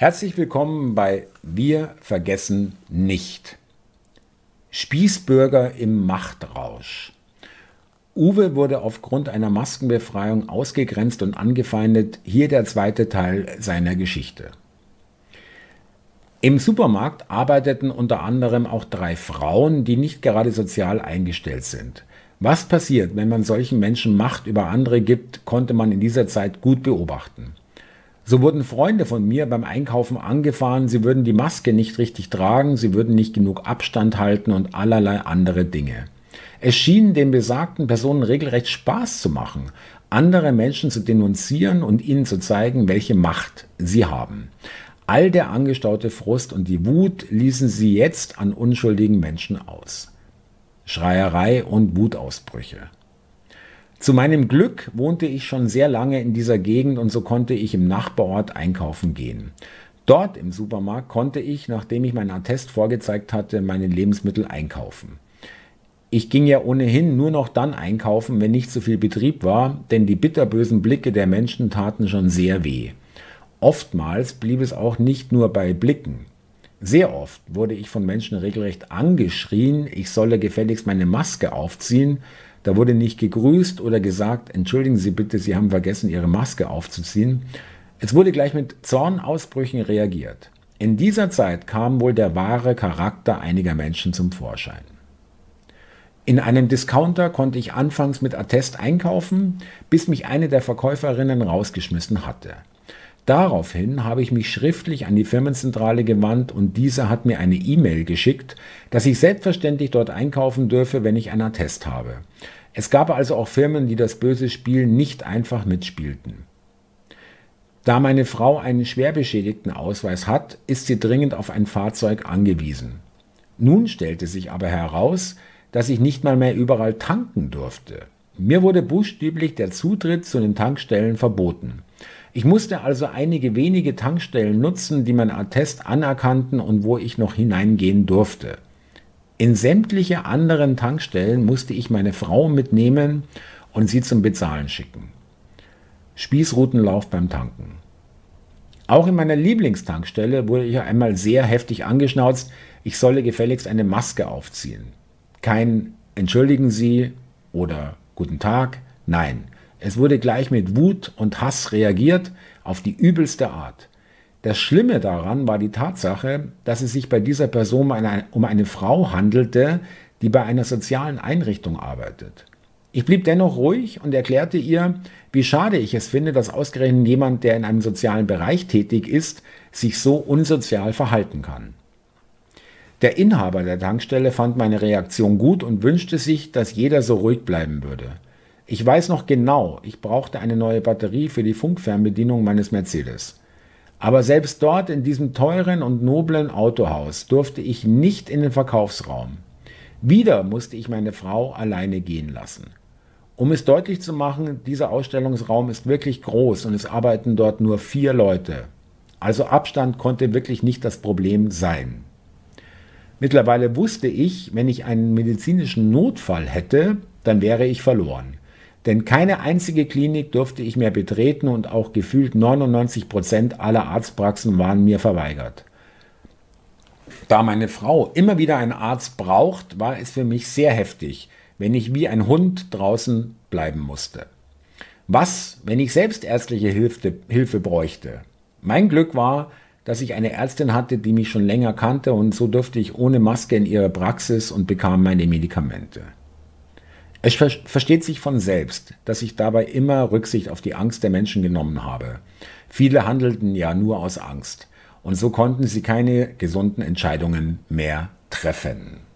Herzlich willkommen bei Wir vergessen nicht. Spießbürger im Machtrausch. Uwe wurde aufgrund einer Maskenbefreiung ausgegrenzt und angefeindet. Hier der zweite Teil seiner Geschichte. Im Supermarkt arbeiteten unter anderem auch 3 Frauen, die nicht gerade sozial eingestellt sind. Was passiert, wenn man solchen Menschen Macht über andere gibt, konnte man in dieser Zeit gut beobachten. So wurden Freunde von mir beim Einkaufen angefahren, sie würden die Maske nicht richtig tragen, sie würden nicht genug Abstand halten und allerlei andere Dinge. Es schien den besagten Personen regelrecht Spaß zu machen, andere Menschen zu denunzieren und ihnen zu zeigen, welche Macht sie haben. All der angestaute Frust und die Wut ließen sie jetzt an unschuldigen Menschen aus. Schreierei und Wutausbrüche. Zu meinem Glück wohnte ich schon sehr lange in dieser Gegend und so konnte ich im Nachbarort einkaufen gehen. Dort im Supermarkt konnte ich, nachdem ich meinen Attest vorgezeigt hatte, meine Lebensmittel einkaufen. Ich ging ja ohnehin nur noch dann einkaufen, wenn nicht so viel Betrieb war, denn die bitterbösen Blicke der Menschen taten schon sehr weh. Oftmals blieb es auch nicht nur bei Blicken. Sehr oft wurde ich von Menschen regelrecht angeschrien, ich solle gefälligst meine Maske aufziehen. Da wurde nicht gegrüßt oder gesagt, entschuldigen Sie bitte, Sie haben vergessen, Ihre Maske aufzuziehen. Es wurde gleich mit Zornausbrüchen reagiert. In dieser Zeit kam wohl der wahre Charakter einiger Menschen zum Vorschein. In einem Discounter konnte ich anfangs mit Attest einkaufen, bis mich eine der Verkäuferinnen rausgeschmissen hatte. Daraufhin habe ich mich schriftlich an die Firmenzentrale gewandt und diese hat mir eine E-Mail geschickt, dass ich selbstverständlich dort einkaufen dürfe, wenn ich einen Attest habe. Es gab also auch Firmen, die das böse Spiel nicht einfach mitspielten. Da meine Frau einen schwer beschädigten Ausweis hat, ist sie dringend auf ein Fahrzeug angewiesen. Nun stellte sich aber heraus, dass ich nicht mal mehr überall tanken durfte. Mir wurde buchstäblich der Zutritt zu den Tankstellen verboten. Ich musste also einige wenige Tankstellen nutzen, die mein Attest anerkannten und wo ich noch hineingehen durfte. In sämtliche anderen Tankstellen musste ich meine Frau mitnehmen und sie zum Bezahlen schicken. Spießrutenlauf beim Tanken. Auch in meiner Lieblingstankstelle wurde ich einmal sehr heftig angeschnauzt, ich solle gefälligst eine Maske aufziehen. Kein "Entschuldigen Sie" oder "Guten Tag", nein. Es wurde gleich mit Wut und Hass reagiert, auf die übelste Art. Das Schlimme daran war die Tatsache, dass es sich bei dieser Person um eine Frau handelte, die bei einer sozialen Einrichtung arbeitet. Ich blieb dennoch ruhig und erklärte ihr, wie schade ich es finde, dass ausgerechnet jemand, der in einem sozialen Bereich tätig ist, sich so unsozial verhalten kann. Der Inhaber der Tankstelle fand meine Reaktion gut und wünschte sich, dass jeder so ruhig bleiben würde. Ich weiß noch genau, ich brauchte eine neue Batterie für die Funkfernbedienung meines Mercedes. Aber selbst dort in diesem teuren und noblen Autohaus durfte ich nicht in den Verkaufsraum. Wieder musste ich meine Frau alleine gehen lassen. Um es deutlich zu machen, dieser Ausstellungsraum ist wirklich groß und es arbeiten dort nur 4 Leute. Also Abstand konnte wirklich nicht das Problem sein. Mittlerweile wusste ich, wenn ich einen medizinischen Notfall hätte, dann wäre ich verloren. Denn keine einzige Klinik durfte ich mehr betreten und auch gefühlt 99% aller Arztpraxen waren mir verweigert. Da meine Frau immer wieder einen Arzt braucht, war es für mich sehr heftig, wenn ich wie ein Hund draußen bleiben musste. Was, wenn ich selbst ärztliche Hilfe bräuchte? Mein Glück war, dass ich eine Ärztin hatte, die mich schon länger kannte und so durfte ich ohne Maske in ihre Praxis und bekam meine Medikamente. Es versteht sich von selbst, dass ich dabei immer Rücksicht auf die Angst der Menschen genommen habe. Viele handelten ja nur aus Angst und so konnten sie keine gesunden Entscheidungen mehr treffen.